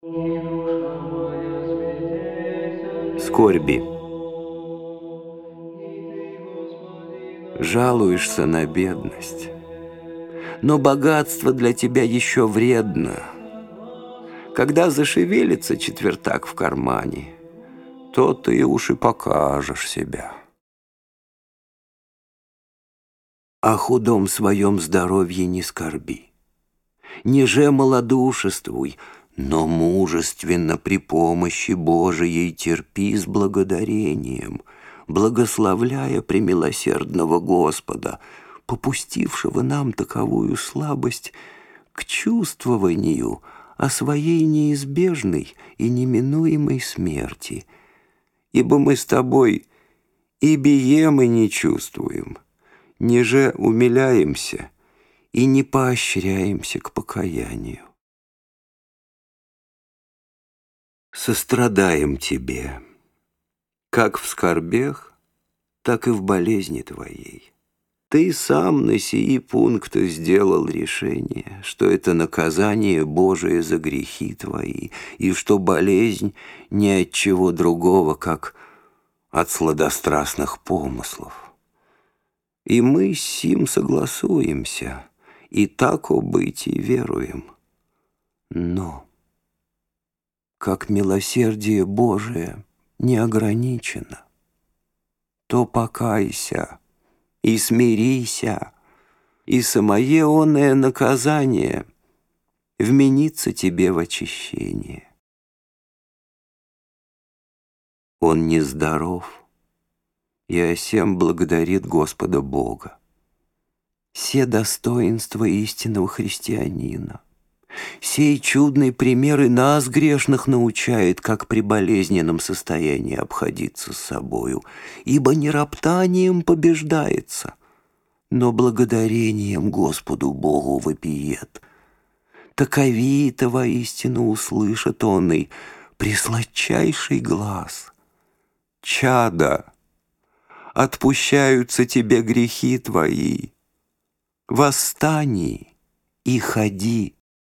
Скорби. Жалуешься на бедность, но богатство для тебя еще вредно. Когда зашевелится четвертак в кармане, то ты уж и покажешь себя. О худом своем здоровье не скорби, ниже малодушествуй, но мужественно при помощи Божией терпи с благодарением, благословляя премилосердного Господа, попустившего нам таковую слабость к чувствованию о своей неизбежной и неминуемой смерти, ибо мы с тобой и бием, и не чувствуем, ниже умиляемся и не поощряемся к покаянию. Сострадаем тебе, как в скорбях, так и в болезни твоей. Ты сам на сии пункты сделал решение, что это наказание Божие за грехи твои, и что болезнь не от чего другого, как от сладострастных помыслов. И мы с сим согласуемся, и тако быть и веруем. Но как милосердие Божие не ограничено, то покайся и смирися, и самое оное наказание вменится тебе в очищение. Он нездоров, и о сем благодарит Господа Бога. Все достоинства истинного христианина, сей чудный пример и нас, грешных, научает, как при болезненном состоянии обходиться с собою, ибо не роптанием побеждается, но благодарением Господу Богу вопиет. Таковито воистину услышит он и пресладчайший глаз. Чада, отпущаются тебе грехи твои, восстани и ходи.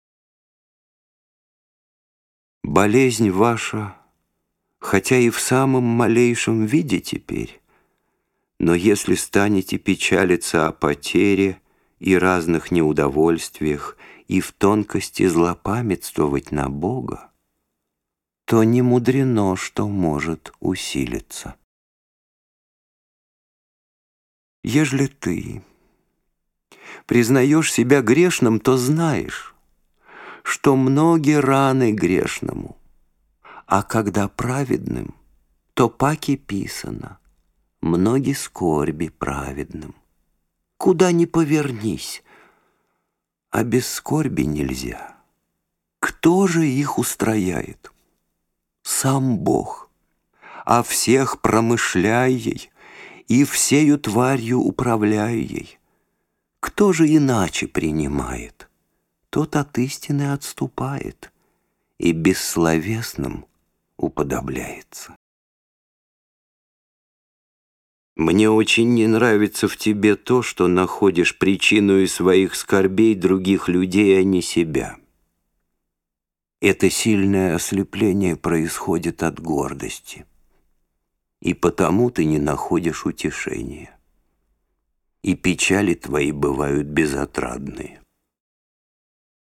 Болезнь ваша, хотя и в самом малейшем виде теперь, но если станете печалиться о потере и разных неудовольствиях и в тонкости злопамятствовать на Бога, то не мудрено, что может усилиться. Ежели ты признаешь себя грешным, то знаешь, что многие раны грешному, а когда праведным, то паки писано, многие скорби праведным. Куда ни повернись, а без скорби нельзя. Кто же их устрояет? Сам Бог, а всех промышляй ей и всею тварью управляй ей. Кто же иначе принимает? Тот от истины отступает и бессловесным уподобляется. Мне очень не нравится в тебе то, что находишь причиной своих скорбей других людей, а не себя. Это сильное ослепление происходит от гордости, и потому ты не находишь утешения, и печали твои бывают безотрадные.